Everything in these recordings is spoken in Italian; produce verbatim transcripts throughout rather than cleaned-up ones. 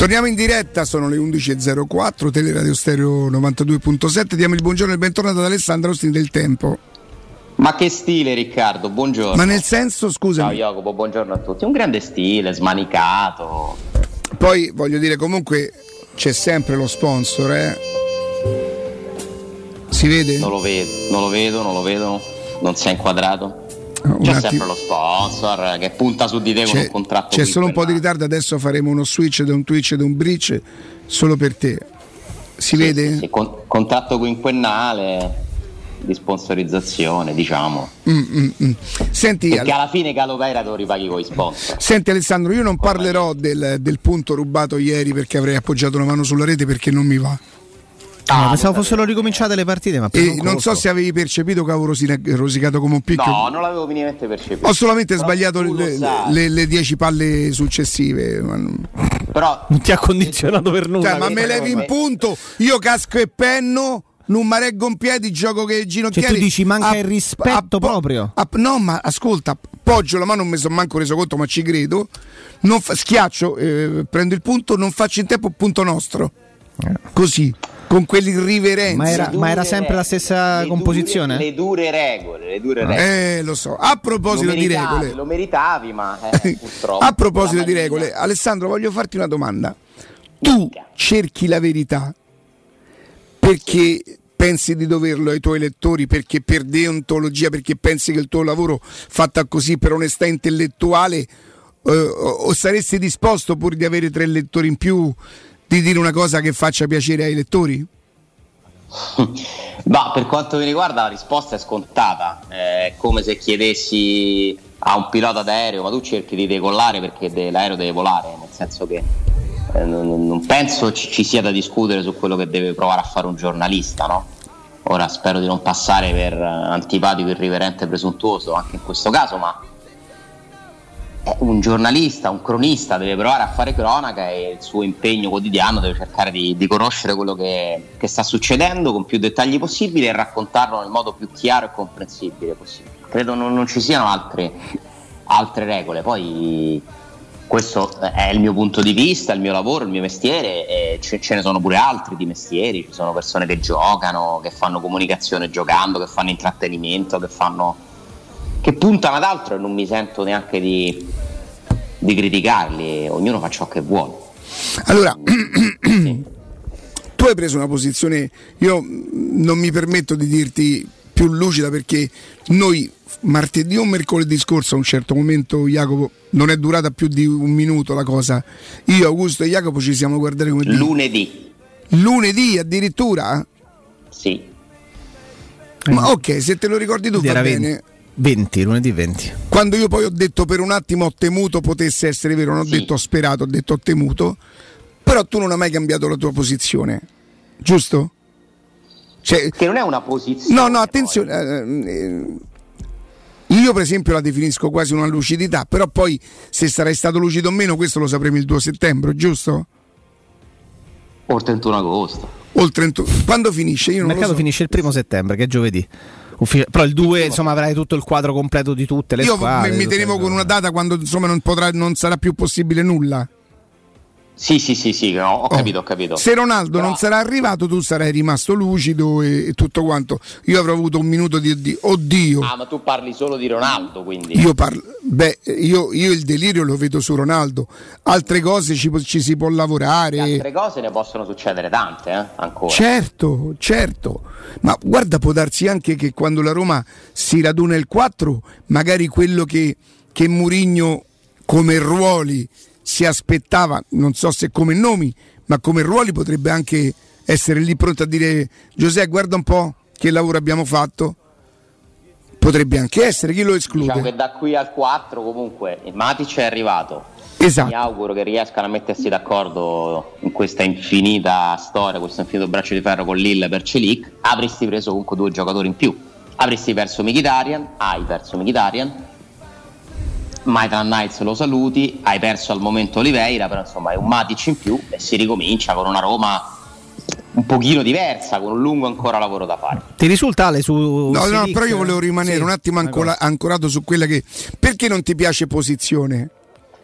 Torniamo in diretta, sono le undici e zero quattro, Teleradio Stereo novantadue virgola sette. Diamo il buongiorno e il bentornato ad Alessandro Ostini del Tempo. Ma che stile, Riccardo, buongiorno. Ma nel senso, scusami. Ciao Jacopo, buongiorno a tutti. Un grande stile, smanicato. Poi voglio dire, comunque c'è sempre lo sponsor, eh. Si vede? Non lo vedo, non lo vedo, non lo vedo. Non si è inquadrato. Un c'è attimo. sempre lo sponsor che punta su di te con C'è, un contratto. c'è solo un po' di ritardo, adesso faremo uno switch da un Twitch e da un bridge solo per te. Si sì, vede? Sì, sì, con, contratto quinquennale di sponsorizzazione, diciamo. Mm, mm, mm. Senti, perché alla fine Calopeira te lo ripaghi con i sponsor. Senti Alessandro, io non parlerò del, del punto rubato ieri perché avrei appoggiato la mano sulla rete perché non mi va. Ah, pensavo fossero ricominciate le partite, ma e non so se avevi percepito che avevo rosina- rosicato come un picco. No, non l'avevo minimamente percepito. Ho solamente Però sbagliato le, le, le dieci palle successive. Però non ti ha condizionato per nulla. Cioè, ma me levi in punto, io casco e penno, non mi reggo in piedi, gioco che ginocchiere. Cioè tu dici manca a, il rispetto a, proprio? A, no, ma ascolta, appoggio la mano, non mi sono manco reso conto, ma ci credo. Non fa, schiaccio, eh, prendo il punto, non faccio in tempo, punto nostro. Così. Con quell'irriverenza. Ma era, ma era sempre la stessa le composizione? Dure, le dure regole, le dure regole. Eh, lo so. A proposito lo meritavi, di regole. Lo meritavi, ma eh, purtroppo. A proposito di regole, Alessandro, voglio farti una domanda. Tu cerchi la verità perché pensi di doverlo ai tuoi lettori, perché per deontologia, perché pensi che il tuo lavoro fatto così per onestà intellettuale, eh, o saresti disposto pur di avere tre lettori in più di dire una cosa che faccia piacere ai lettori? Ma per quanto mi riguarda la risposta è scontata, è come se chiedessi a un pilota d'aereo: ma tu cerchi di decollare perché de- l'aereo deve volare, nel senso che eh, non, non penso ci, ci sia da discutere su quello che deve provare a fare un giornalista, no? Ora spero di non passare per antipatico, irriverente, presuntuoso anche in questo caso, ma un giornalista, un cronista deve provare a fare cronaca e il suo impegno quotidiano deve cercare di, di conoscere quello che, che sta succedendo con più dettagli possibili e raccontarlo nel modo più chiaro e comprensibile possibile. Credo non, non ci siano altre, altre regole. Poi questo è il mio punto di vista, il mio lavoro, il mio mestiere, e ce, ce ne sono pure altri di mestieri. Ci sono persone che giocano, che fanno comunicazione giocando, che fanno intrattenimento, che fanno che puntano ad altro, e non mi sento neanche di, di criticarli. Ognuno fa ciò che vuole. Allora, sì. Tu hai preso una posizione, io non mi permetto di dirti più lucida, perché noi martedì o mercoledì scorso a un certo momento, Jacopo, non è durata più di un minuto la cosa, io, Augusto e Jacopo ci siamo guardati come lunedì lunedì addirittura? Sì. Ma ok, se te lo ricordi tu va bene. venti, lunedì venti. Quando io poi ho detto per un attimo ho temuto potesse essere vero, non ho sì. detto ho sperato, ho detto ho temuto, però tu non hai mai cambiato la tua posizione, giusto? Cioè, che non è una posizione. No, no, attenzione, eh, io per esempio la definisco quasi una lucidità, però poi se sarai stato lucido o meno questo lo sapremo il due settembre, giusto? O il trentuno agosto. O il trentuno. Quando finisce? Io non il mercato lo so. finisce il primo settembre, che è giovedì. Uffic- però il due insomma avrai tutto il quadro completo di tutte le io squadre. Io mi tenevo con una data quando insomma non potrà, non sarà più possibile nulla. Sì, sì, sì, sì, no, ho capito, oh. ho capito. Se Ronaldo però... non sarà arrivato, tu sarai rimasto lucido e, e tutto quanto. Io avrò avuto un minuto di, di oddio. Ah, ma tu parli solo di Ronaldo, quindi. Io parlo, beh, io, io il delirio lo vedo su Ronaldo. Altre cose ci, ci si può lavorare. E altre cose ne possono succedere tante, eh, ancora. Certo, certo. Ma guarda, può darsi anche che quando la Roma si raduna il quattro, magari quello che, che Mourinho come ruoli si aspettava, non so se come nomi, ma come ruoli potrebbe anche essere lì pronto a dire: Giuseppe, guarda un po' che lavoro abbiamo fatto. Potrebbe anche essere, chi lo esclude? Diciamo che da qui al quattro comunque Matic è arrivato. Esatto. Mi auguro che riescano a mettersi d'accordo in questa infinita storia, questo infinito braccio di ferro con Lille per Celik. Avresti preso comunque due giocatori in più. Avresti perso Mkhitaryan, hai perso Mkhitaryan. Maitland Niles lo saluti, hai perso al momento Oliveira, però insomma è un Matic in più e si ricomincia con una Roma un pochino diversa, con un lungo ancora lavoro da fare. Ti risulta Ale su No, no, però io volevo rimanere sì, un attimo ancora, ancorato su quella che... Perché non ti piace posizione?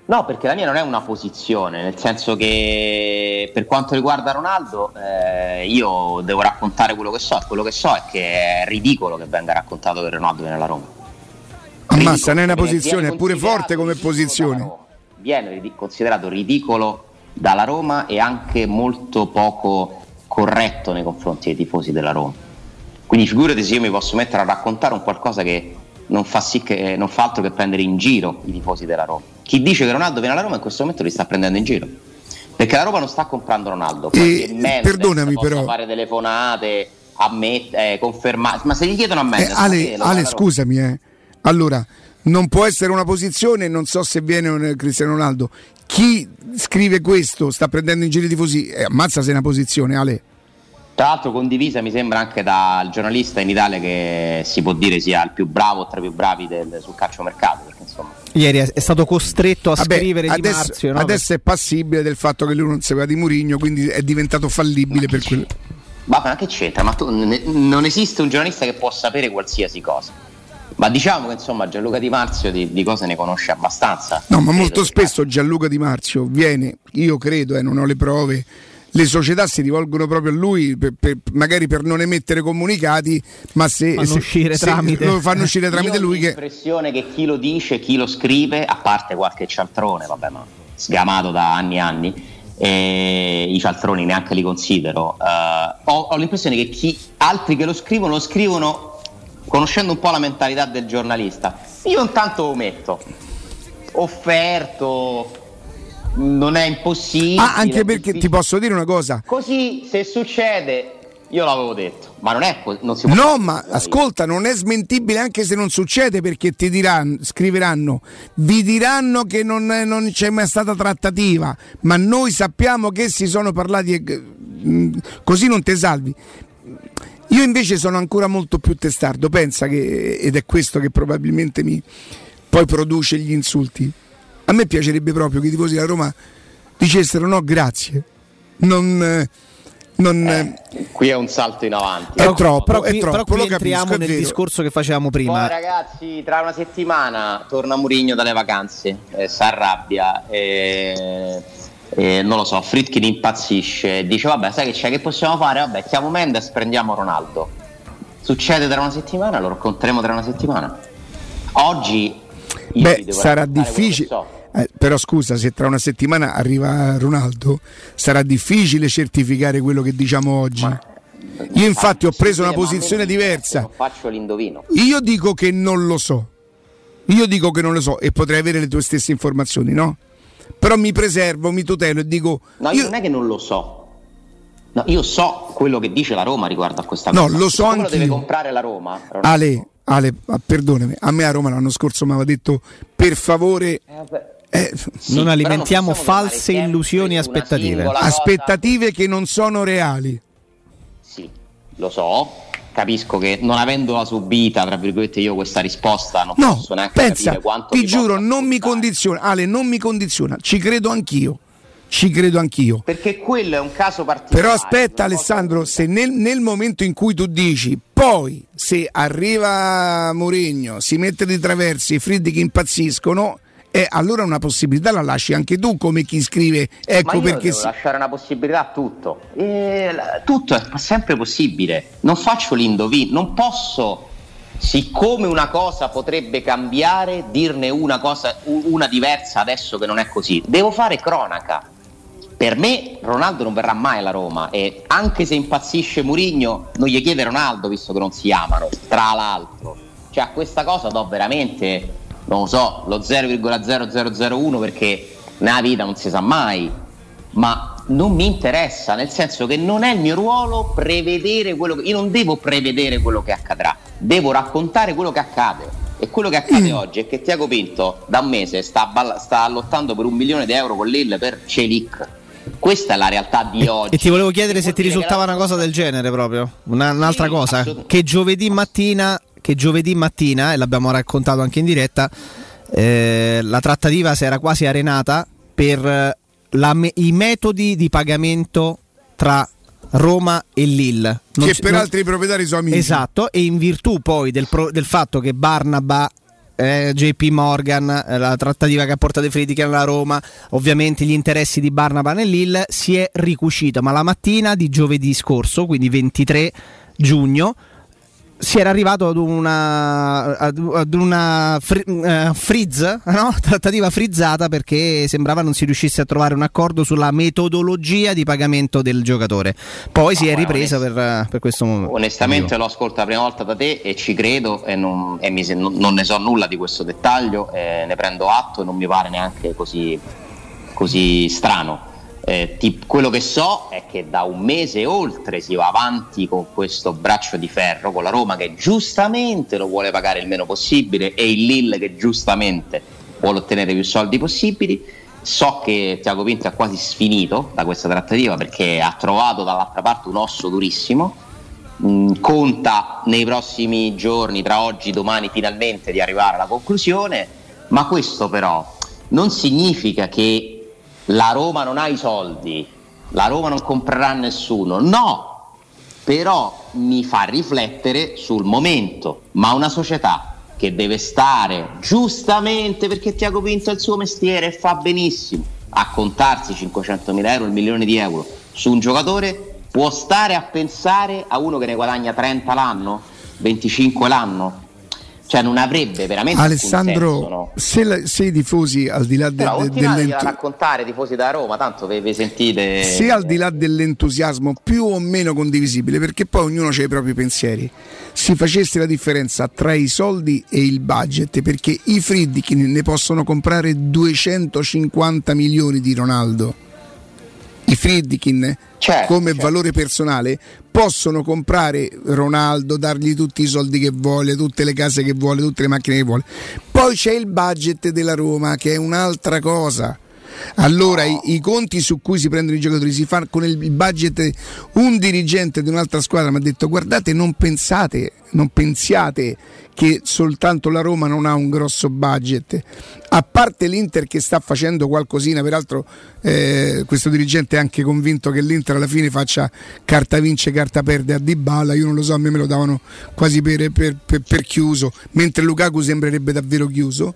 No, perché la mia non è una posizione, nel senso che per quanto riguarda Ronaldo eh, io devo raccontare quello che so, e quello che so è che è ridicolo che venga raccontato che Ronaldo viene alla Roma. Ammazza, non è una posizione, è pure forte come posizione. Viene considerato ridicolo dalla Roma e anche molto poco corretto nei confronti dei tifosi della Roma. Quindi figurati se io mi posso mettere a raccontare un qualcosa che non fa, sì che, non fa altro che prendere in giro i tifosi della Roma. Chi dice che Ronaldo viene alla Roma in questo momento li sta prendendo in giro, perché la Roma non sta comprando Ronaldo. E, perdonami però, fare telefonate a me, eh, confermare, ma se gli chiedono a me eh, Ale, Ale scusami eh. allora non può essere una posizione, non so se viene un Cristiano Ronaldo, chi scrive questo sta prendendo in giro i tifosi, eh, ammazza se è una posizione, Ale. Tra l'altro condivisa mi sembra anche dal giornalista in Italia che si può dire sia il più bravo tra i più bravi del, sul calciomercato, perché insomma ieri è stato costretto a Vabbè, scrivere adesso, Di Marzio, no? Adesso è passibile del fatto che lui non sapeva di Mourinho, quindi è diventato fallibile ma per quello. Ma, ma che c'entra? Ma tu, ne, non esiste un giornalista che può sapere qualsiasi cosa. Ma diciamo che insomma Gianluca Di Marzio di, di cose ne conosce abbastanza. No, ma molto spesso Gianluca Di Marzio viene, io credo, eh, non ho le prove, le società si rivolgono proprio a lui per, per, magari per non emettere comunicati, ma se fanno se, uscire se tramite lo fanno uscire tramite io lui. Ho l'impressione che... che chi lo dice, chi lo scrive, a parte qualche cialtrone, vabbè, ma sgamato da anni e anni, e i cialtroni neanche li considero, uh, ho, ho l'impressione che chi altri che lo scrivono lo scrivono conoscendo un po' la mentalità del giornalista. Io intanto lo metto offerto, non è impossibile. Ah, anche perché ti posso dire una cosa. Così se succede, io l'avevo detto, ma non è così. Non si può no, fare. ma ascolta, non è smentibile anche se non succede, perché ti diranno, scriveranno, vi diranno che non, è, non c'è mai stata trattativa, ma noi sappiamo che si sono parlati, così non te salvi. Io invece sono ancora molto più testardo, pensa che, ed è questo che probabilmente mi poi produce gli insulti. A me piacerebbe proprio che i tifosi della Roma dicessero no grazie, non, non eh, qui è un salto in avanti. È troppo, però qui, è troppo, però qui lo entriamo capisco, nel vero. discorso che facevamo prima. Poi ragazzi, tra una settimana torna Mourinho dalle vacanze, eh, si arrabbia, eh, eh, non lo so, Friedkin impazzisce, dice vabbè sai che c'è, che possiamo fare? Vabbè chiamo Mendes, prendiamo Ronaldo. Succede tra una settimana, lo racconteremo tra una settimana. Oggi io beh sarà difficile, so. eh, però scusa, se tra una settimana arriva Ronaldo sarà difficile certificare quello che diciamo oggi. Ma io infatti ho preso una posizione diversa. Non faccio l'indovino. Io dico che non lo so. Io dico che non lo so e potrei avere le tue stesse informazioni, no? Però mi preservo, mi tutelo e dico no, io non è che non lo so. No, io so quello che dice la Roma riguardo a questa cosa. No, lo so anch'io. Lo deve comprare la Roma. Ronaldo. Ale, Ale, perdonami, a me a Roma l'anno scorso mi aveva detto per favore eh, sì, non alimentiamo non false illusioni e aspettative. Aspettative che non sono reali. Sì, lo so, capisco che non avendola subita, tra virgolette, io questa risposta non no, posso neanche pensa, capire quanto ti giuro, non mi condiziona, Ale, non mi condiziona, ci credo anch'io. Ci credo anch'io. Perché quello è un caso particolare. Però aspetta Alessandro, se nel, nel momento in cui tu dici poi se arriva Mourinho, si mette di traversi, i Friedkin che impazziscono, eh, allora una possibilità la lasci anche tu come chi scrive. Ecco ma io perché devo si... lasciare una possibilità a tutto. E, tutto è sempre possibile. Non faccio l'indovino, non posso, siccome una cosa potrebbe cambiare, dirne una cosa, una diversa adesso che non è così. Devo fare cronaca. Per me Ronaldo non verrà mai alla Roma e anche se impazzisce Mourinho non gli chiede Ronaldo, visto che non si amano, tra l'altro. Cioè a questa cosa do veramente, non lo so, lo zero virgola zero zero zero uno perché nella vita non si sa mai, ma non mi interessa, nel senso che non è il mio ruolo prevedere quello che... Io non devo prevedere quello che accadrà, devo raccontare quello che accade. E quello che accade mm. oggi è che Tiago Pinto da un mese sta, balla- sta lottando per un milione di euro con Lille per Celic. Questa è la realtà di e, oggi. E ti volevo chiedere se ti risultava una cosa del genere proprio. Una, un'altra sì, cosa. Che giovedì mattina, che giovedì mattina, e l'abbiamo raccontato anche in diretta, eh, la trattativa si era quasi arenata per la, i metodi di pagamento tra Roma e Lille. Non che si, per non, altri proprietari sono amici. Esatto, e in virtù poi del, pro, del fatto che Barnaba eh, J P Morgan, eh, la trattativa che ha portato i Friedkin alla Roma, ovviamente gli interessi di Barnaba e Lille, si è ricucito, ma la mattina di giovedì scorso, quindi ventitré giugno, si era arrivato ad una ad una fri, uh, freeze, no? trattativa frizzata, perché sembrava non si riuscisse a trovare un accordo sulla metodologia di pagamento del giocatore. Poi no, si è ripresa onest- per, per questo momento. Onestamente l'ho ascoltato la prima volta da te e ci credo e non, e mi, non, non ne so nulla di questo dettaglio, eh, ne prendo atto e non mi pare neanche così, così strano. Eh, ti, quello che so è che da un mese e oltre si va avanti con questo braccio di ferro con la Roma, che giustamente lo vuole pagare il meno possibile, e il Lille che giustamente vuole ottenere più soldi possibili. So che Tiago Pinto è quasi sfinito da questa trattativa, perché ha trovato dall'altra parte un osso durissimo. Mm, conta nei prossimi giorni, tra oggi e domani, finalmente di arrivare alla conclusione, ma questo però non significa che la Roma non ha i soldi, la Roma non comprerà nessuno, no, però mi fa riflettere sul momento. Ma una società che deve stare, giustamente, perché Tiago Pinto è il suo mestiere e fa benissimo, a contarsi cinquecentomila euro, il milione di euro su un giocatore, può stare a pensare a uno che ne guadagna trenta l'anno, venticinque l'anno? Cioè non avrebbe veramente Alessandro, senso, no? se, la, se i tifosi al di là de, de, dell'entusiasmo, a raccontare i tifosi da Roma, tanto vi, vi sentite, se al di là dell'entusiasmo più o meno condivisibile, perché poi ognuno ha i propri pensieri, si facesse la differenza tra i soldi e il budget, perché i Friedkin ne possono comprare duecentocinquanta milioni di Ronaldo. I Friedkin, certo, come certo. valore personale, possono comprare Ronaldo, dargli tutti i soldi che vuole, tutte le case che vuole, tutte le macchine che vuole. Poi c'è il budget della Roma, che è un'altra cosa. Allora no. i, i conti su cui si prendono i giocatori si fanno con il budget. Un dirigente di un'altra squadra mi ha detto: guardate, non pensate, non pensiate che soltanto la Roma non ha un grosso budget, a parte l'Inter che sta facendo qualcosina. Peraltro eh, questo dirigente è anche convinto che l'Inter alla fine faccia carta vince carta perde a Dybala. Io non lo so, a me me lo davano quasi per, per, per, per chiuso, mentre Lukaku sembrerebbe davvero chiuso.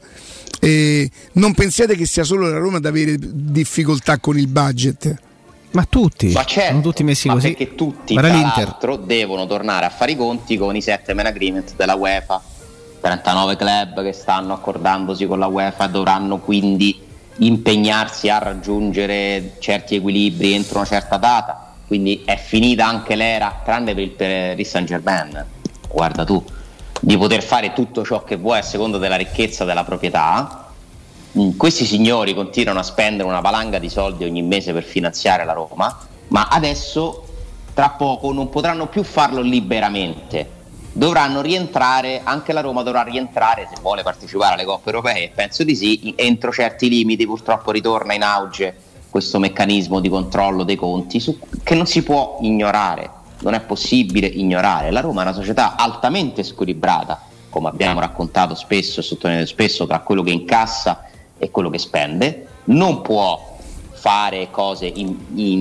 Eh, non pensiate che sia solo la Roma ad avere difficoltà con il budget. Ma tutti, ma certo, sono tutti messi ma così. Perché tutti, Guarda tra l'Inter. l'altro, devono tornare a fare i conti con i settlement agreement della UEFA. trentanove club che stanno accordandosi con la UEFA dovranno quindi impegnarsi a raggiungere certi equilibri entro una certa data. Quindi è finita anche l'era, tranne per il Paris Saint-Germain, guarda tu, di poter fare tutto ciò che vuoi a seconda della ricchezza della proprietà. Questi signori continuano a spendere una valanga di soldi ogni mese per finanziare la Roma, ma adesso tra poco non potranno più farlo liberamente, dovranno rientrare, anche la Roma dovrà rientrare, se vuole partecipare alle coppe europee, penso di sì, entro certi limiti. Purtroppo ritorna in auge questo meccanismo di controllo dei conti su, che non si può ignorare, non è possibile ignorare. La Roma è una società altamente squilibrata, come abbiamo raccontato spesso e sottolineato spesso, tra quello che incassa e quello che spende, non può fare cose in,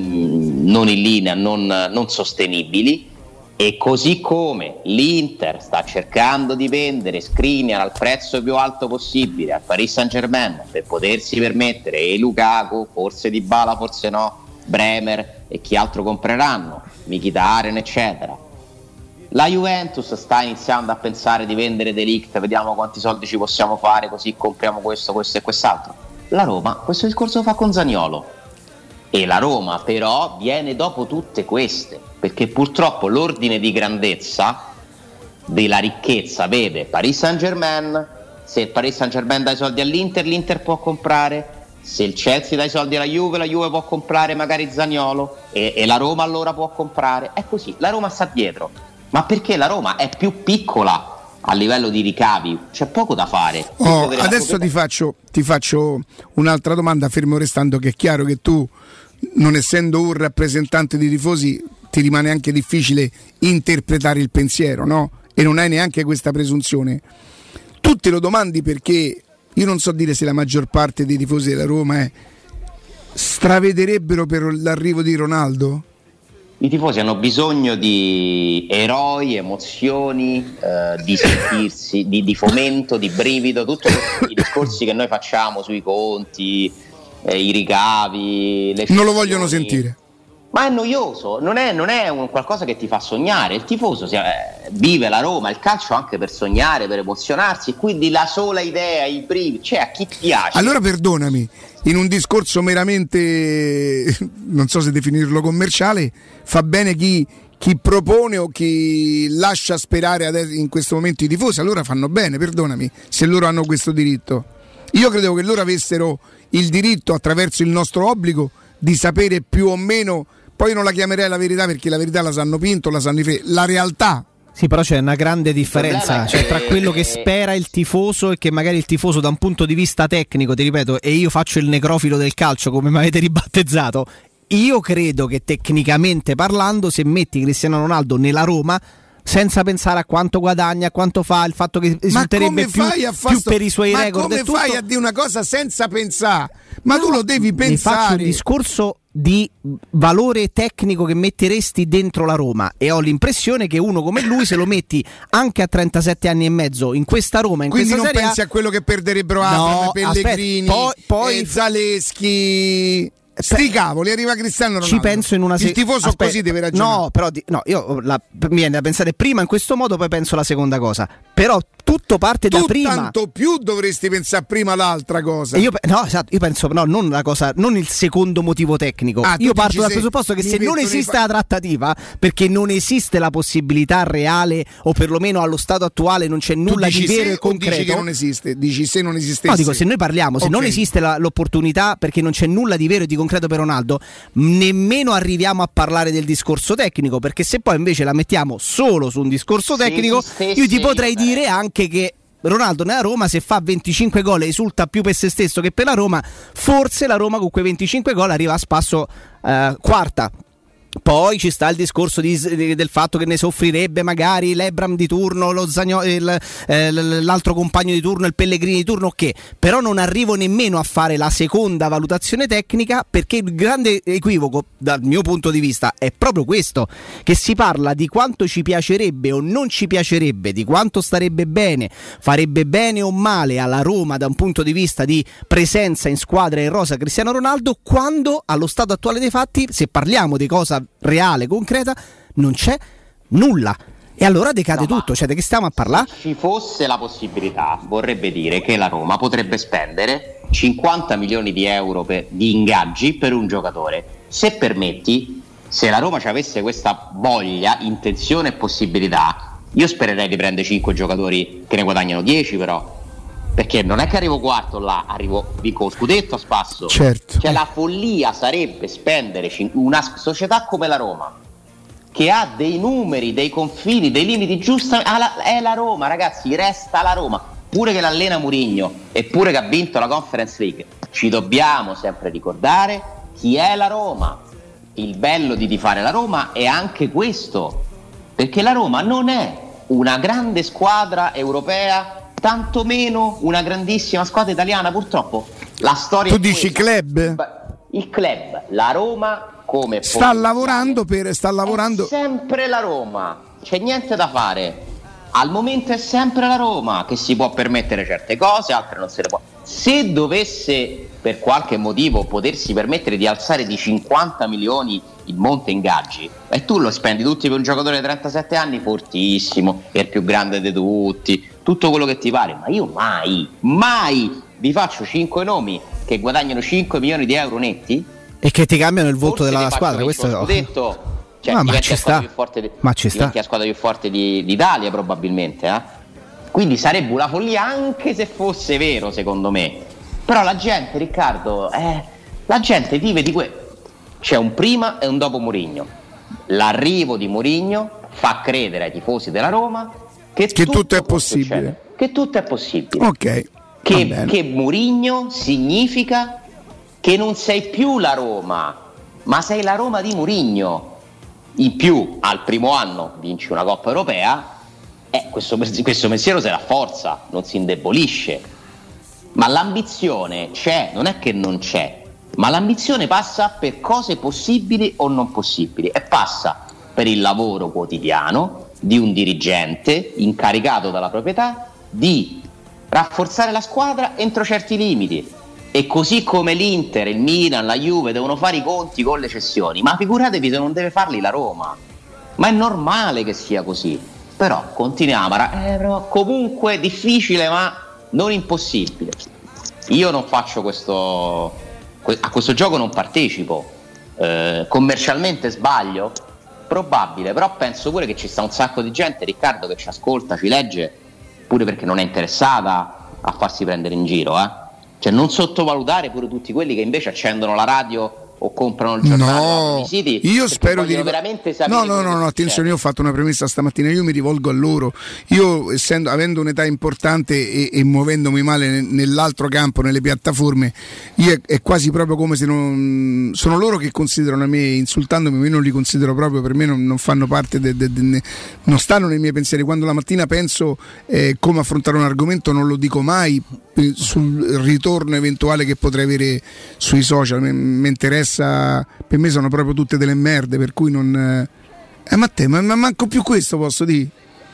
in, non in linea, non, non sostenibili. E così come l'Inter sta cercando di vendere Skriniar al prezzo più alto possibile al Paris Saint-Germain per potersi permettere e Lukaku, forse Dybala, forse no, Bremer e chi altro compreranno, Mkhitaryan eccetera, la Juventus sta iniziando a pensare di vendere De Ligt, vediamo quanti soldi ci possiamo fare così compriamo questo, questo e quest'altro. La Roma questo discorso lo fa con Zaniolo, e la Roma però viene dopo tutte queste, perché purtroppo l'ordine di grandezza della ricchezza vede Paris Saint-Germain. Se il Paris Saint-Germain dà i soldi all'Inter, l'Inter può comprare. Se il Chelsea dà i soldi alla Juve, la Juve può comprare magari Zaniolo, e, e la Roma allora può comprare. È così, la Roma sta dietro, ma perché la Roma è più piccola a livello di ricavi, c'è poco da fare. Oh, adesso ti faccio, ti faccio un'altra domanda, fermo restando che è chiaro che tu, non essendo un rappresentante di tifosi, ti rimane anche difficile interpretare il pensiero, no? E non hai neanche questa presunzione. Tu te lo domandi perché io non so dire se la maggior parte dei tifosi della Roma è, stravederebbero per l'arrivo di Ronaldo? I tifosi hanno bisogno di eroi, emozioni, eh, di sentirsi, di, di fomento, di brivido, tutti i discorsi che noi facciamo sui conti, eh, i ricavi, le non lo vogliono sentire. Ma è noioso, non è, non è un qualcosa che ti fa sognare. Il tifoso si, eh, vive la Roma, il calcio anche per sognare, per emozionarsi, quindi la sola idea, i brividi, cioè a chi piace. Allora perdonami, in un discorso meramente, non so se definirlo commerciale, fa bene chi, chi propone o chi lascia sperare adesso, in questo momento i tifosi, allora fanno bene, perdonami, se loro hanno questo diritto. Io credevo che loro avessero il diritto, attraverso il nostro obbligo, di sapere più o meno. Poi non la chiamerei la verità, perché la verità la sanno Pinto, la sanno i Fe, la realtà. Sì, però c'è una grande differenza, cioè, tra quello che spera il tifoso e che magari il tifoso da un punto di vista tecnico, ti ripeto, e io faccio il necrofilo del calcio come mi avete ribattezzato, io credo che tecnicamente parlando, se metti Cristiano Ronaldo nella Roma, senza pensare a quanto guadagna, a quanto fa, il fatto che risulterebbe più, più per i suoi ma record. Ma come tutto, fai a dire una cosa senza pensare? Ma no, tu lo devi pensare. Mi faccio un discorso di valore tecnico che metteresti dentro la Roma e ho l'impressione che uno come lui, se lo metti anche a trentasette anni e mezzo in questa Roma, in quindi questa non Serie pensi A, a quello che perderebbero Abramo, no, Pellegrini, aspetta, poi, poi eh, Zaleschi. Sti cavoli, arriva Cristiano Ronaldo. Ci penso in una se- Il tifoso Aspetta, così deve ragionare. No, però di- no, io la, mi viene da pensare prima in questo modo, poi penso la seconda cosa. Però tutto parte tu da prima. Tanto più dovresti pensare prima l'altra cosa. E io, no, esatto, io penso no, non la cosa, non il secondo motivo tecnico. Ah, io parto dal se, presupposto che se non esiste fa- la trattativa, perché non esiste la possibilità reale, o perlomeno allo stato attuale non c'è nulla di vero e concreto. Dici che non esiste, dici se non esistesse. No, dico, se noi parliamo, se okay. non esiste la, l'opportunità perché non c'è nulla di vero e di concreto per Ronaldo, nemmeno arriviamo a parlare del discorso tecnico, perché se poi invece la mettiamo solo su un discorso tecnico, io ti potrei dire anche che Ronaldo nella Roma, se fa venticinque gol e esulta più per se stesso che per la Roma, forse la Roma con quei venticinque gol arriva a spasso eh, quarta. Poi ci sta il discorso di, del fatto che ne soffrirebbe magari l'Ebram di turno, lo Zagno, il, eh, l'altro compagno di turno, il Pellegrini di turno, ok, però non arrivo nemmeno a fare la seconda valutazione tecnica, perché il grande equivoco dal mio punto di vista è proprio questo, che si parla di quanto ci piacerebbe o non ci piacerebbe, di quanto starebbe bene, farebbe bene o male alla Roma da un punto di vista di presenza in squadra in rosa Cristiano Ronaldo, quando allo stato attuale dei fatti, se parliamo di cosa reale, concreta, non c'è nulla. E allora decade no, tutto, cioè di che stiamo a parlare? Se ci fosse la possibilità, vorrebbe dire che la Roma potrebbe spendere cinquanta milioni di euro per, di ingaggi per un giocatore. Se permetti, se la Roma ci avesse questa voglia, intenzione e possibilità, io spererei di prendere cinque giocatori che ne guadagnano dieci, però. Perché non è che arrivo quarto là, arrivo vinco scudetto a spasso. Certo. Cioè la follia sarebbe spendere una società come la Roma, che ha dei numeri, dei confini, dei limiti giusti, è la Roma, ragazzi, resta la Roma. Pure che l'allena Mourinho, eppure che ha vinto la Conference League, ci dobbiamo sempre ricordare chi è la Roma. Il bello di tifare la Roma è anche questo, perché la Roma non è una grande squadra europea, tanto meno una grandissima squadra italiana, purtroppo la storia. Tu è dici questa. Club? Il club, la Roma come sta lavorando per sta lavorando è sempre la Roma, c'è niente da fare. Al momento è sempre la Roma che si può permettere certe cose, altre non se le può. Se dovesse per qualche motivo potersi permettere di alzare di cinquanta milioni il monte ingaggi, e tu lo spendi tutti per un giocatore di trentasette anni fortissimo, è il più grande di tutti, tutto quello che ti pare, ma io mai, mai vi faccio cinque nomi che guadagnano cinque milioni di euro netti e che ti cambiano il volto forse della squadra, questo è detto, cioè no, ma ci sta, più forte di, ma ci sta, la squadra più forte di, d'Italia probabilmente, eh? Quindi sarebbe una follia anche se fosse vero, secondo me. Però la gente, Riccardo, eh, la gente vive di quello. C'è un prima e un dopo Mourinho. L'arrivo di Mourinho fa credere ai tifosi della Roma che, che tutto, tutto è possibile. Succede, che tutto è possibile. Ok. Che, che Mourinho significa che non sei più la Roma, ma sei la Roma di Mourinho. In più, al primo anno vinci una Coppa Europea. Eh, questo, questo pensiero si rafforza, non si indebolisce, ma l'ambizione c'è, non è che non c'è, ma l'ambizione passa per cose possibili o non possibili e passa per il lavoro quotidiano di un dirigente incaricato dalla proprietà di rafforzare la squadra entro certi limiti. E così come l'Inter, il Milan, la Juve devono fare i conti con le cessioni, ma figuratevi se non deve farli la Roma. Ma è normale che sia così. Però continuiamo a eh, però comunque difficile ma non impossibile. Io non faccio questo, a questo gioco non partecipo. Eh, commercialmente sbaglio? Probabile, però penso pure che ci sta un sacco di gente, Riccardo, che ci ascolta, ci legge, pure perché non è interessata a farsi prendere in giro, eh. Cioè non sottovalutare pure tutti quelli che invece accendono la radio o comprano il giornale, no, i siti, io spero di veramente sapere. No, no, no, no, attenzione, io ho fatto una premessa stamattina, io mi rivolgo a loro. Io, essendo avendo un'età importante e, e muovendomi male nell'altro campo, nelle piattaforme, io è, è quasi proprio come se non sono loro che considerano me, insultandomi, io non li considero proprio, per me non, non fanno parte de, de, de, non stanno nei miei pensieri. Quando la mattina penso eh, come affrontare un argomento non lo dico mai sul ritorno eventuale che potrei avere sui social, mi interessa, per me sono proprio tutte delle merde, per cui non eh ma te ma, ma manco più questo posso dire.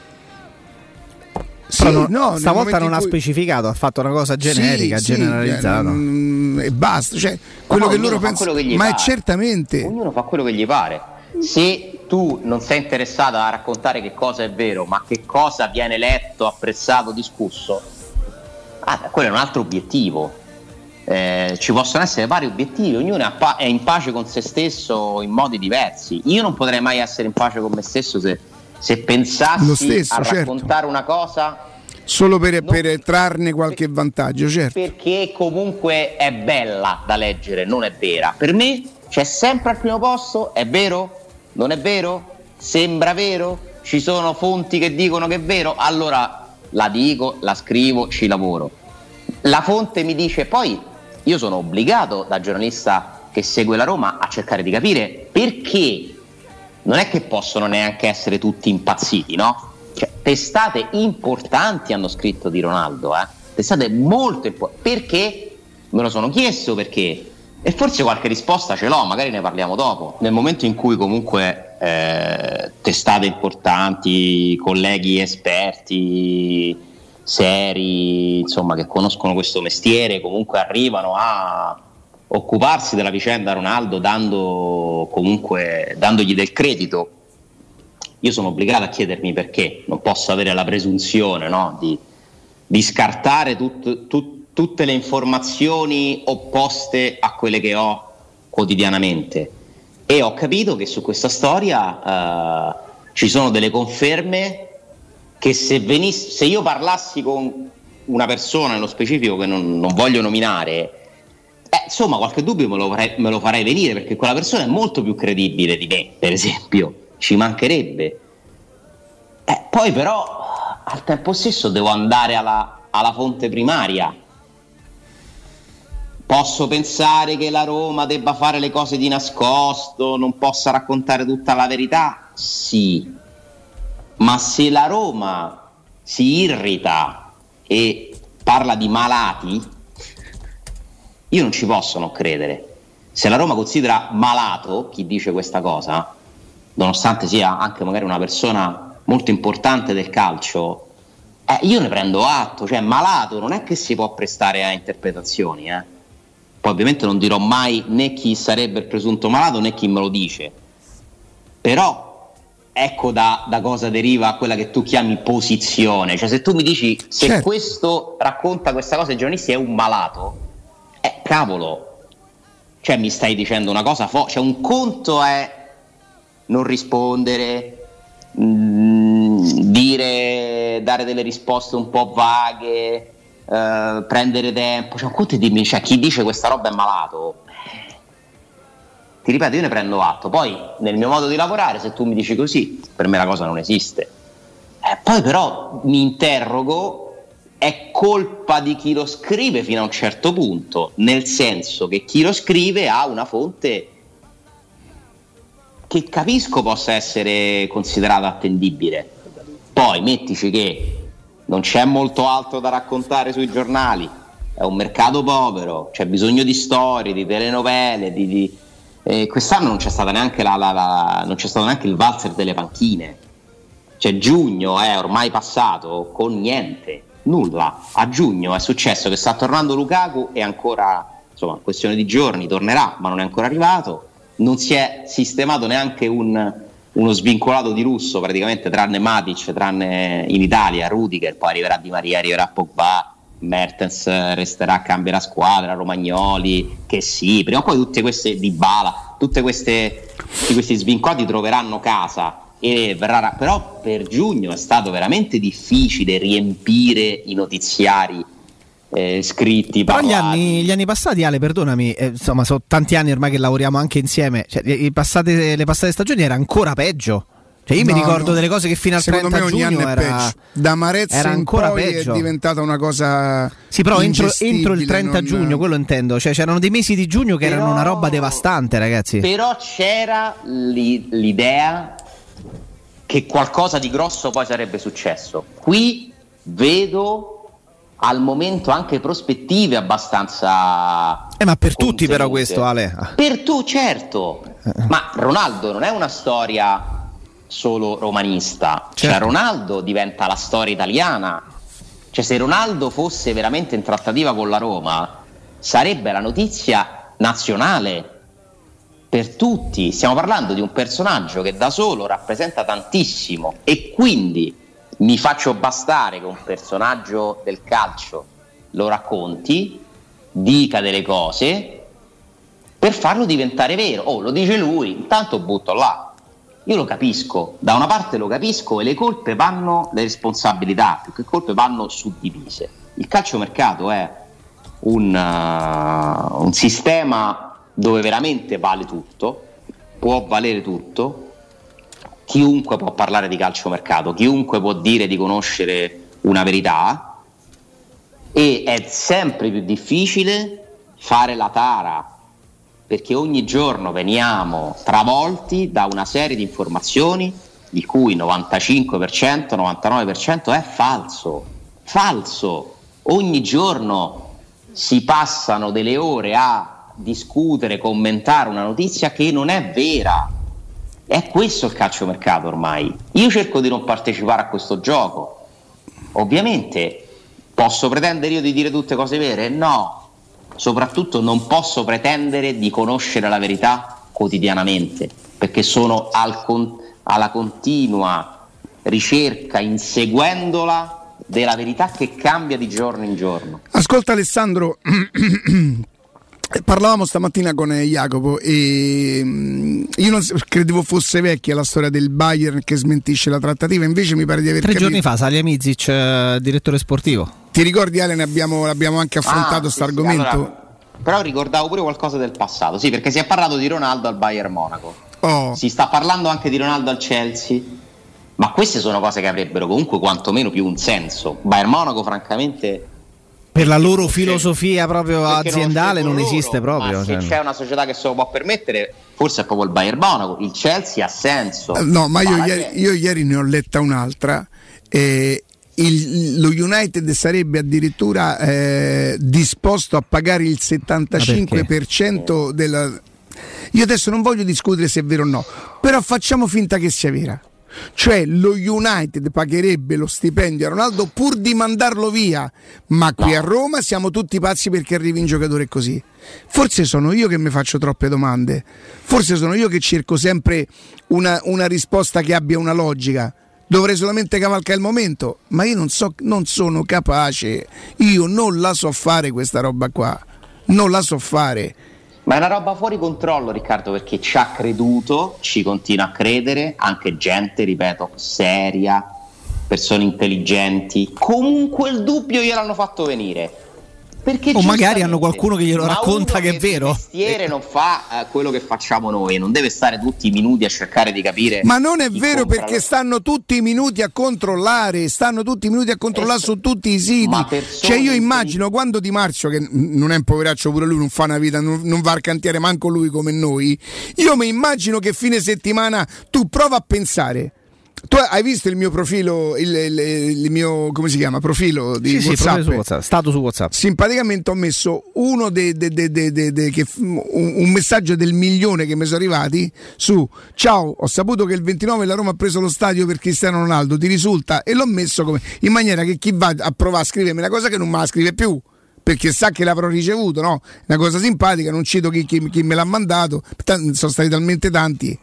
Sì, no, no, stavolta non ha cui... specificato, ha fatto una cosa generica, sì, generalizzata sì, mm, e basta, cioè quello no, che loro pensano, ma pare. È certamente ognuno fa quello che gli pare. Se tu non sei interessato a raccontare che cosa è vero, ma che cosa viene letto, apprezzato, discusso, ah, quello è un altro obiettivo. Eh, ci possono essere vari obiettivi, ognuno è, pa- è in pace con se stesso in modi diversi. Io non potrei mai essere in pace con me stesso se, se pensassi stesso, a certo. raccontare una cosa solo per, non, per trarne qualche per, vantaggio, certo. Perché comunque è bella da leggere, non è vera. Per me c'è sempre al primo posto, è vero? Non è vero? Sembra vero? Ci sono fonti che dicono che è vero? Allora la dico, la scrivo, ci lavoro. La fonte mi dice, poi io sono obbligato da giornalista che segue la Roma a cercare di capire perché. Non è che possono neanche essere tutti impazziti, no? Cioè, testate importanti hanno scritto di Ronaldo, eh? Testate molto importanti. Perché? Me lo sono chiesto perché. E forse qualche risposta ce l'ho, magari ne parliamo dopo. Nel momento in cui comunque eh, testate importanti, colleghi esperti, seri, insomma, che conoscono questo mestiere, comunque arrivano a occuparsi della vicenda Ronaldo dando comunque dandogli del credito, io sono obbligato a chiedermi perché. Non posso avere la presunzione, no, di, di scartare tut, tut, tutte le informazioni opposte a quelle che ho quotidianamente. E ho capito che su questa storia uh, ci sono delle conferme che se, venissi, se io parlassi con una persona nello specifico che non, non voglio nominare, eh, insomma qualche dubbio me lo, farei, me lo farei venire, perché quella persona è molto più credibile di me, per esempio, ci mancherebbe. Eh, poi però al tempo stesso devo andare alla, alla fonte primaria. Posso pensare che la Roma debba fare le cose di nascosto, non possa raccontare tutta la verità? Sì. Ma se la Roma si irrita e parla di malati, io non ci posso non credere. Se la Roma considera malato chi dice questa cosa, nonostante sia anche magari una persona molto importante del calcio, eh, io ne prendo atto. Cioè, malato non è che si può prestare a interpretazioni, eh. Poi ovviamente non dirò mai né chi sarebbe il presunto malato né chi me lo dice, però ecco da, da cosa deriva quella che tu chiami posizione. Cioè, se tu mi dici se certo. questo racconta questa cosa ai giornalisti è un malato, eh cavolo, cioè mi stai dicendo una cosa fo- cioè un conto è non rispondere, mh, dire, dare delle risposte un po' vaghe, Uh, prendere tempo, cioè un conto è dirmi, cioè chi dice questa roba è malato. Ti ripeto, io ne prendo atto. Poi nel mio modo di lavorare, se tu mi dici così, per me la cosa non esiste. Eh, poi però mi interrogo, è colpa di chi lo scrive fino a un certo punto, nel senso che chi lo scrive ha una fonte che capisco possa essere considerata attendibile. Poi mettici che non c'è molto altro da raccontare sui giornali, è un mercato povero, c'è bisogno di storie, di telenovele, di, di... Eh, quest'anno non c'è stata neanche la, la, la non c'è stato neanche il valzer delle panchine, cioè giugno è ormai passato con niente, nulla. A giugno è successo che sta tornando Lukaku e ancora, insomma, questione di giorni tornerà, ma non è ancora arrivato. Non si è sistemato neanche un, uno svincolato di Russo, praticamente, tranne Matic, tranne in Italia Rudiger, poi arriverà Di Maria, arriverà Pogba, Mertens resterà, cambierà squadra, Romagnoli, che sì, prima o poi tutte queste, Dybala, tutte queste, tutti questi svincolati troveranno casa. E verrà, però per giugno è stato veramente difficile riempire i notiziari eh, scritti, però gli anni, gli anni passati, Ale, perdonami, eh, insomma sono tanti anni ormai che lavoriamo anche insieme, cioè, i passate, le passate stagioni era ancora peggio, cioè io no, mi ricordo no. delle cose che fino al secondo trenta me ogni giugno anno era, è peggio. Da Marezza era ancora poi peggio, è diventata una cosa sì, però entro, entro il trenta non... giugno, quello intendo, cioè c'erano dei mesi di giugno che però, erano una roba devastante, ragazzi. Però c'era li, l'idea che qualcosa di grosso poi sarebbe successo. Qui vedo al momento anche prospettive abbastanza eh, ma per contenute. Tutti però questo, Ale, per tu certo, ma Ronaldo non è una storia solo romanista, certo. Cioè Ronaldo diventa la storia italiana, cioè se Ronaldo fosse veramente in trattativa con la Roma sarebbe la notizia nazionale per tutti. Stiamo parlando di un personaggio che da solo rappresenta tantissimo, e quindi mi faccio bastare che un personaggio del calcio lo racconti, dica delle cose per farlo diventare vero. Oh, lo dice lui, intanto butto là. Io lo capisco, da una parte lo capisco, e le colpe vanno, le responsabilità più che colpe vanno suddivise. Il calciomercato è un, uh, un sistema dove veramente vale tutto, può valere tutto, chiunque può parlare di calciomercato, chiunque può dire di conoscere una verità, e è sempre più difficile fare la tara, perché ogni giorno veniamo travolti da una serie di informazioni di cui il novantacinque per cento, novantanove per cento è falso, falso. Ogni giorno si passano delle ore a discutere, commentare una notizia che non è vera. È questo il calciomercato ormai. Io cerco di non partecipare a questo gioco. Ovviamente posso pretendere io di dire tutte cose vere? No. Soprattutto non posso pretendere di conoscere la verità quotidianamente, perché sono al con- alla continua ricerca, inseguendola, della verità che cambia di giorno in giorno. Ascolta Alessandro, parlavamo stamattina con Jacopo e io non credevo fosse vecchia la storia del Bayern che smentisce la trattativa, invece mi pare di aver tre capito. giorni fa Salihamidzic, eh, direttore sportivo. Ti ricordi, Ale, ne abbiamo, l'abbiamo anche affrontato questo ah, sì, argomento? Sì, allora, però ricordavo pure qualcosa del passato, sì, perché si è parlato di Ronaldo al Bayern Monaco, oh. Si sta parlando anche di Ronaldo al Chelsea, ma queste sono cose che avrebbero comunque quantomeno più un senso. Bayern Monaco francamente, per la loro filosofia proprio aziendale non, non esiste loro, proprio. Ma cioè. Se c'è una società che se lo può permettere, forse è proprio il Bayern Monaco. Il Chelsea ha senso. No, ma io ieri, io ieri ne ho letta un'altra. Eh, il, lo United sarebbe addirittura eh, disposto a pagare il settantacinque per cento della. Io adesso non voglio discutere se è vero o no, però facciamo finta che sia vera. Cioè lo United pagherebbe lo stipendio a Ronaldo pur di mandarlo via, ma qui no. A Roma siamo tutti pazzi perché arrivi un giocatore così. Forse sono io che mi faccio troppe domande, forse sono io che cerco sempre una, una risposta che abbia una logica. Dovrei solamente cavalcare il momento, ma io non so, non sono capace, io non la so fare questa roba qua, non la so fare. Ma è una roba fuori controllo, Riccardo, perché ci ha creduto, ci continua a credere, anche gente, ripeto, seria, persone intelligenti. Comunque il dubbio gliel'hanno fatto venire. Perché o magari hanno qualcuno che glielo racconta che, che è vero. Il mestiere non fa eh, quello che facciamo noi, non deve stare tutti i minuti a cercare di capire. Ma non è vero, perché stanno tutti i minuti a controllare, stanno tutti i minuti a controllare su tutti i siti. Cioè io immagino quando Di Marzio, che non è un poveraccio pure lui, non fa una vita, non, non va al cantiere manco lui come noi, io mi immagino che fine settimana tu prova a pensare. Tu hai visto il mio profilo, il, il, il mio, come si chiama, profilo di sì, WhatsApp? Sì, su WhatsApp, stato su WhatsApp. Simpaticamente ho messo uno de, de, de, de, de, de, che, un, un messaggio del milione che mi sono arrivati su: ciao, ho saputo che il ventinove la Roma ha preso lo stadio per Cristiano Ronaldo, ti risulta? E l'ho messo come, in maniera che chi va a provare a scrivermi una cosa che non me la scrive più, perché sa che l'avrò ricevuto, no? Una cosa simpatica, non cito chi, chi, chi me l'ha mandato, sono stati talmente tanti.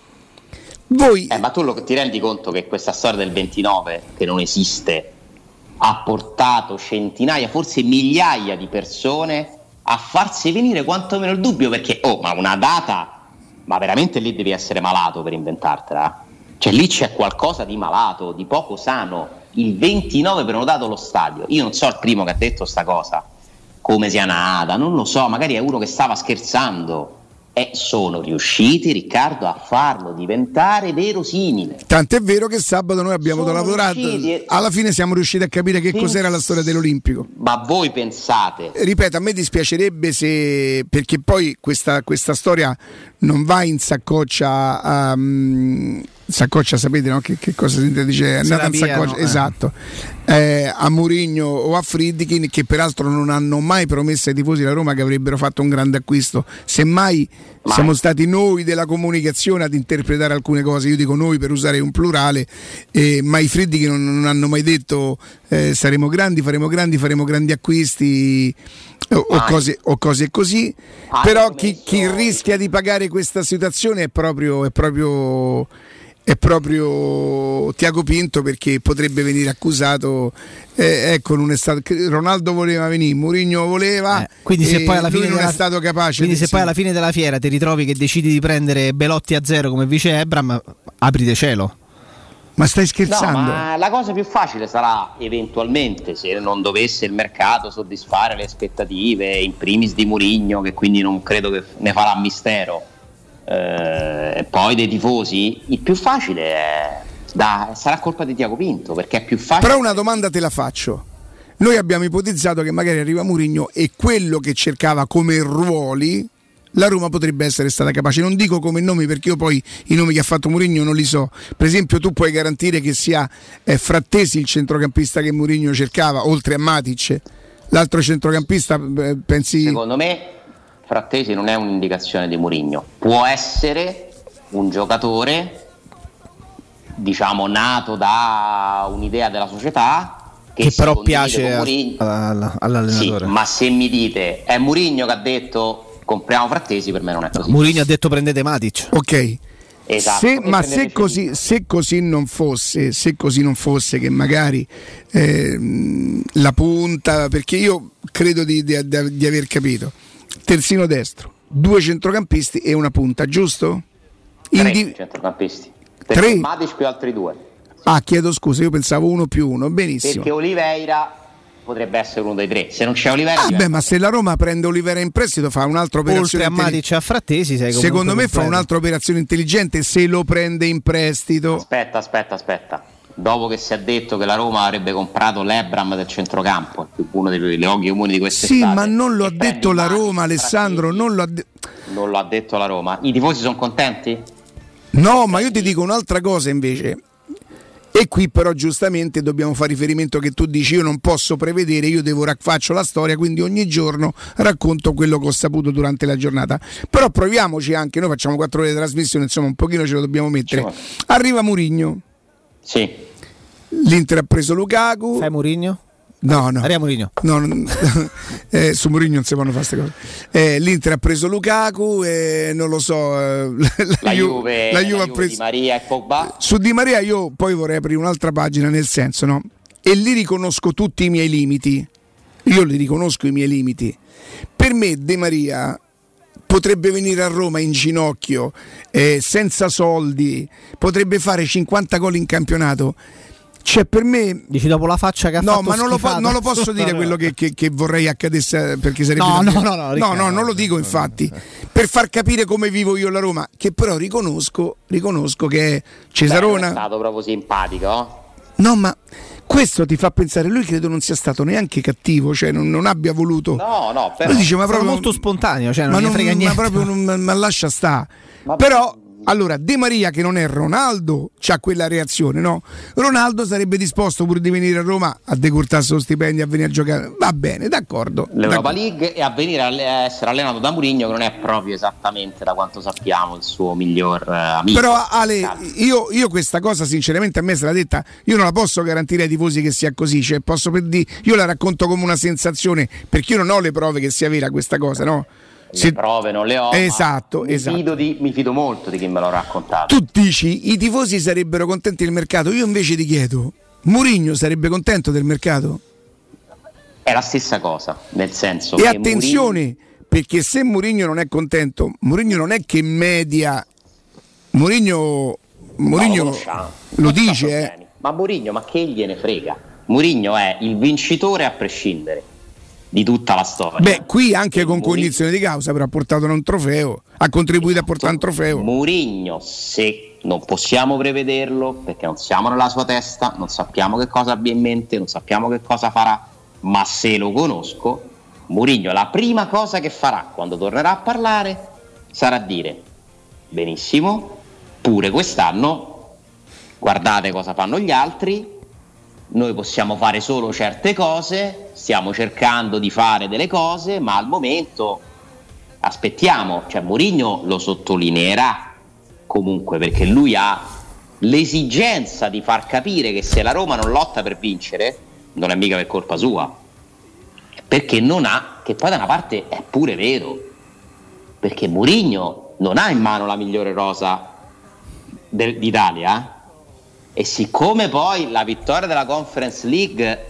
Voi... Eh, ma tu lo, ti rendi conto che questa storia del ventinove, che non esiste, ha portato centinaia, forse migliaia di persone a farsi venire quantomeno il dubbio, perché, oh, ma una data, ma veramente lì devi essere malato per inventartela, cioè lì c'è qualcosa di malato, di poco sano. Il ventinove prenotato lo stadio, io non so il primo che ha detto sta cosa, come sia nata, non lo so, magari è uno che stava scherzando. E sono riusciti, Riccardo, a farlo diventare verosimile. Tant'è vero che sabato noi abbiamo sono lavorato e... alla fine siamo riusciti a capire che Pens... cos'era la storia dell'Olimpico. Ma voi pensate? Ripeto, a me dispiacerebbe se, perché poi questa, questa storia non va in saccoccia um, saccoccia, sapete, no? Che, che cosa si dice? È andata in saccoccia, eh. esatto, eh, a Mourinho o a Friedkin, che peraltro non hanno mai promesso ai tifosi della Roma che avrebbero fatto un grande acquisto. Semmai mai. Siamo stati noi della comunicazione ad interpretare alcune cose. Io dico noi per usare un plurale, eh, ma i Friedkin non, non hanno mai detto eh, saremo grandi, faremo grandi, faremo grandi acquisti o, o, cose, o cose così. Mai. Però chi, chi rischia di pagare questa situazione è proprio, è proprio è proprio Tiago Pinto, perché potrebbe venire accusato, eh, ecco, non è stato, Ronaldo voleva venire, Mourinho voleva, eh, quindi se poi alla fine non della, è stato capace. Quindi se poi alla fine della fiera ti ritrovi che decidi di prendere Belotti a zero come vice Ebram, aprite cielo. Ma stai scherzando? No, ma la cosa più facile sarà eventualmente, se non dovesse il mercato soddisfare le aspettative, in primis di Mourinho, che quindi non credo che ne farà mistero, e eh, poi dei tifosi, il più facile è da, sarà colpa di Tiago Pinto, perché è più facile. Però una domanda te la faccio: noi abbiamo ipotizzato che magari arriva Mourinho e quello che cercava come ruoli la Roma potrebbe essere stata capace. Non dico come nomi, perché io poi i nomi che ha fatto Mourinho non li so. Per esempio, tu puoi garantire che sia eh, Frattesi il centrocampista che Mourinho cercava, oltre a Matic? L'altro centrocampista, eh, pensi? Secondo me Frattesi non è un'indicazione di Mourinho, può essere un giocatore, diciamo, nato da un'idea della società che, che però piace a, all'allenatore. Sì, ma se mi dite è Mourinho che ha detto compriamo Frattesi, per me non è così. Mourinho ha detto prendete Matic. Ok. Esatto, se, ma se così, se così non fosse, se così non fosse che magari eh, la punta, perché io credo di, di, di aver capito, terzino destro, due centrocampisti e una punta, giusto? Tre Indi... centrocampisti. Tre? Matic più altri due. Ah, chiedo scusa, io pensavo uno più uno, benissimo. Perché Oliveira potrebbe essere uno dei tre. Se non c'è Oliveira, ah beh, ma se la Roma prende Oliveira in prestito fa un'altra operazione. Oltre a Matic e a Frattesi, sei secondo me fa un'altra operazione intelligente se lo prende in prestito. Aspetta, aspetta, aspetta. Dopo che si è detto che la Roma avrebbe comprato l'Ebram del centrocampo, uno dei luoghi comuni di quest'estate. Sì, ma non lo ha detto la Roma, Alessandro, non lo ha detto. Non lo ha detto la Roma. I tifosi sono contenti? No, ma io ti dico un'altra cosa invece. E qui però giustamente dobbiamo fare riferimento che tu dici io non posso prevedere, io devo faccio la storia, quindi ogni giorno racconto quello che ho saputo durante la giornata. Però proviamoci anche, noi facciamo quattro ore di trasmissione, insomma un pochino ce lo dobbiamo mettere. Arriva Mourinho. Sì. L'Inter ha preso Lukaku. Fai Mourinho? No, no. Arriva Mourinho. No, no. eh, su Mourinho non si possono fare queste cose. Eh, L'Inter ha preso Lukaku e non lo so. Eh, la, la Juve, la Juve, la Juve ha preso Di Maria e Pogba. Su Di Maria io poi vorrei aprire un'altra pagina, nel senso, no? E lì riconosco tutti i miei limiti. Io li riconosco i miei limiti. Per me Di Maria potrebbe venire a Roma in ginocchio, eh, senza soldi, potrebbe fare cinquanta gol in campionato. Cioè, per me, dici dopo la faccia che ha no, fatto ma non lo, po- non lo posso dire quello che, che, che vorrei accadesse, perché sarebbe no, no, no, no, no, no, no, non lo dico infatti, per far capire come vivo io la Roma, che però riconosco, riconosco che è Cesarona. Beh, è stato proprio simpatico, no? No, ma questo ti fa pensare, lui credo non sia stato neanche cattivo, cioè non, non abbia voluto. No, no, però lui dice, ma proprio molto spontaneo, cioè non ma ne non, frega niente. Ma proprio non, ma lascia sta. Ma però allora De Maria, che non è Ronaldo, c'ha quella reazione, no? Ronaldo sarebbe disposto pure di venire a Roma a decurtarsi lo stipendio, a venire a giocare, va bene, d'accordo, l'Europa d'accordo. League, e a venire a essere allenato da Mourinho, che non è proprio esattamente, da quanto sappiamo, il suo miglior uh, amico. Però Ale, io, io questa cosa sinceramente a me se l'ha detta, io non la posso garantire ai tifosi che sia così, cioè posso per dire, io la racconto come una sensazione, perché io non ho le prove che sia vera questa cosa, no? Le Se... prove non le ho, esatto, mi, esatto. Fido di, mi fido molto di chi me l'ha raccontato. Tu dici i tifosi sarebbero contenti del mercato, io invece ti chiedo, Mourinho sarebbe contento del mercato? È la stessa cosa, nel senso e che attenzione, Mourinho... perché se Mourinho non è contento, Mourinho non è che media, Mourinho, Mourinho no, lo, lo dice eh. Ma Mourinho, ma che gliene frega? Mourinho è il vincitore a prescindere di tutta la storia. Beh, qui anche e con Mourinho... cognizione di causa, però ha portato un trofeo, ha contribuito esatto. a portare un trofeo. Mourinho, se non possiamo prevederlo, perché non siamo nella sua testa, non sappiamo che cosa abbia in mente, non sappiamo che cosa farà, ma se lo conosco, Mourinho la prima cosa che farà quando tornerà a parlare sarà dire: benissimo, pure quest'anno guardate cosa fanno gli altri, noi possiamo fare solo certe cose, stiamo cercando di fare delle cose, ma al momento aspettiamo. Cioè Mourinho lo sottolineerà comunque, perché lui ha l'esigenza di far capire che se la Roma non lotta per vincere non è mica per colpa sua, perché non ha, che poi da una parte è pure vero, perché Mourinho non ha in mano la migliore rosa de- d'Italia, e siccome poi la vittoria della Conference League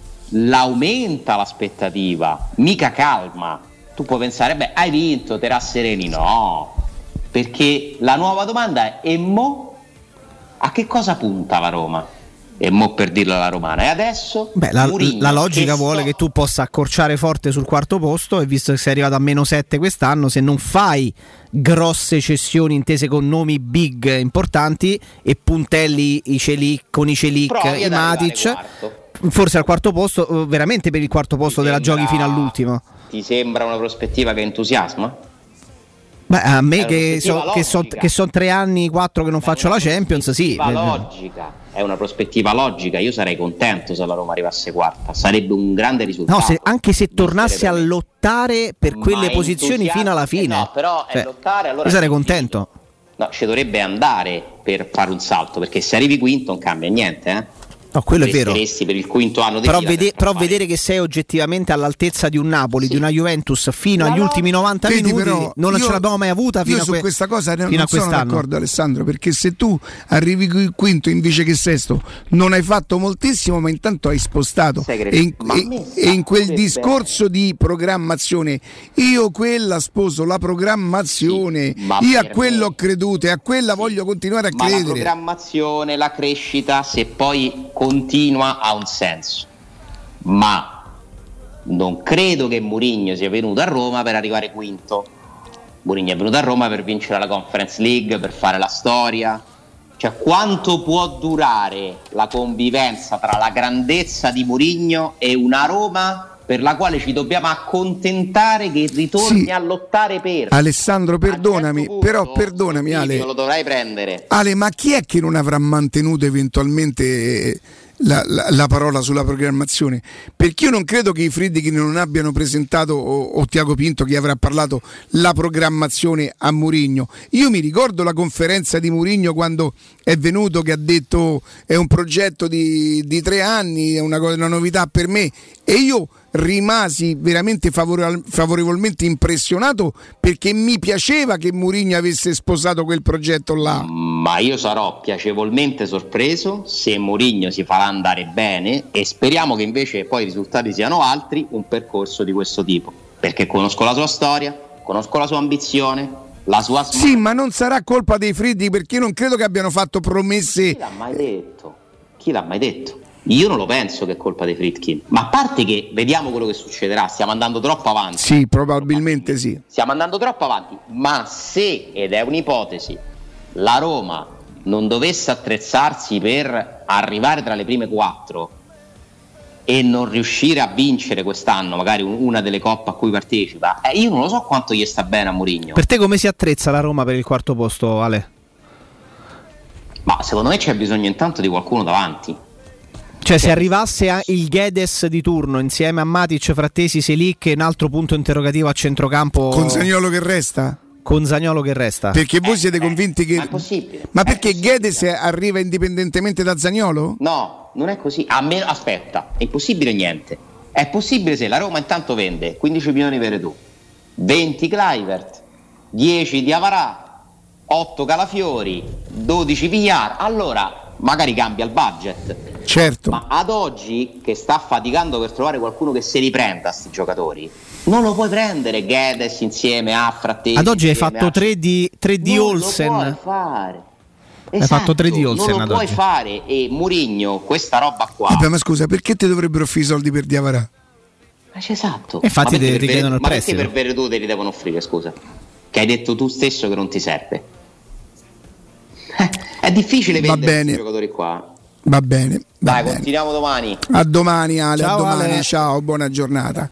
l'aumenta l'aspettativa, mica calma. Tu puoi pensare, beh, hai vinto, te rassereni. No, perché la nuova domanda è: e mo? A che cosa punta la Roma? E mo, per dirla alla romana, e adesso? Beh, la, Mourinho, la logica che vuole so... che tu possa accorciare forte sul quarto posto, e visto che sei arrivato a meno sette quest'anno, se non fai grosse cessioni intese con nomi big importanti e puntelli i Celic, con i Celic, i Matic, forse al quarto posto, veramente per il quarto posto ti te la sembra, giochi fino all'ultimo. Ti sembra una prospettiva che entusiasma? Beh, a me che sono so, son tre anni, quattro che non Beh, faccio la Champions, sì. Logica. È una prospettiva logica, io sarei contento se la Roma arrivasse quarta, sarebbe un grande risultato. No, se, anche se tornasse a lottare per quelle Ma posizioni fino alla fine. Eh no, però cioè, è lottare, allora io sarei contento. No, ci dovrebbe andare per fare un salto, perché se arrivi quinto non cambia niente, eh. No, quello è vero. Per il quinto anno di però, fila, vede, però vedere che sei oggettivamente all'altezza di un Napoli, sì. di una Juventus fino Ma agli no. ultimi novanta Vedi, minuti, però, non io, ce l'abbiamo mai avuta fino io a su que- questa cosa fino non a sono quest'anno. d'accordo, Alessandro, perché se tu arrivi qui quinto invece che sesto non hai fatto moltissimo, ma intanto hai spostato e in, e, e in quel discorso bene. Di programmazione io quella sposo la programmazione, sì, io a quello ho creduto e a quella sì. voglio continuare a ma credere. La programmazione, la crescita, se poi continua, ha un senso, ma non credo che Mourinho sia venuto a Roma per arrivare quinto. Mourinho è venuto a Roma per vincere la Conference League, per fare la storia. Cioè, quanto può durare la convivenza tra la grandezza di Mourinho e una Roma per la quale ci dobbiamo accontentare che ritorni sì. a lottare per. Alessandro, perdonami, certo punto, però perdonami Ale, lo dovrai prendere. Ale, ma chi è che non avrà mantenuto eventualmente La, la, la parola sulla programmazione? Perché io non credo che i Friedkin non abbiano presentato, o, o Tiago Pinto che avrà parlato, la programmazione a Mourinho. Io mi ricordo la conferenza di Mourinho quando è venuto, che ha detto è un progetto di, di tre anni, è una, una novità per me, e io rimasi veramente favore, favorevolmente impressionato, perché mi piaceva che Mourinho avesse sposato quel progetto là. Ma io sarò piacevolmente sorpreso se Mourinho si farà andare bene, e speriamo che invece poi i risultati siano altri, un percorso di questo tipo, perché conosco la sua storia, conosco la sua ambizione, la sua smart. Sì, ma non sarà colpa dei Friedkin, perché io non credo che abbiano fatto promesse. Chi l'ha mai detto? Chi l'ha mai detto? Io non lo penso che è colpa dei Friedkin, ma a parte che vediamo quello che succederà, stiamo andando troppo avanti. Sì, probabilmente sì. Stiamo andando troppo avanti, ma se, ed è un'ipotesi, la Roma non dovesse attrezzarsi per arrivare tra le prime quattro e non riuscire a vincere quest'anno magari una delle coppe a cui partecipa, eh, io non lo so quanto gli sta bene a Mourinho. Per te come si attrezza la Roma per il quarto posto, Ale? secondo me c'è bisogno intanto di qualcuno davanti. Cioè, se arrivasse a il Guedes di turno insieme a Matic, Frattesi, Selic e un altro punto interrogativo a centrocampo con Zaniolo che resta? Con Zaniolo che resta. Perché voi eh, siete eh, convinti che ma è possibile. Ma è perché possibile. Guedes arriva indipendentemente da Zaniolo? No, non è così. A me, aspetta, è impossibile niente. È possibile se la Roma intanto vende quindici milioni per tu, venti Kluivert, dieci di Avarà, otto Calafiori, dodici Villar. Allora magari cambia il budget. Certo. Ma ad oggi, che sta faticando per trovare qualcuno che si riprenda a sti giocatori, non lo puoi prendere Guedes insieme a Frattesi. Ad oggi hai fatto a... tre di, tre di non Olsen. Non lo puoi fare. Hai Esatto, fatto tre di Olsen non lo ad puoi oggi. fare. E Mourinho questa roba qua. Vabbè, ma scusa, perché ti dovrebbero offrire i soldi per Diavarà? Ma c'è esatto. E infatti ma ti, per ti chiedono il ma prestito. perché per Veretù te li devono offrire, scusa? Che hai detto tu stesso che non ti serve. È difficile Va vendere questi bene. giocatori qua. Va bene. Va Dai, bene. continuiamo domani. A domani Ale, Ciao, a domani, Ale. ciao, buona giornata.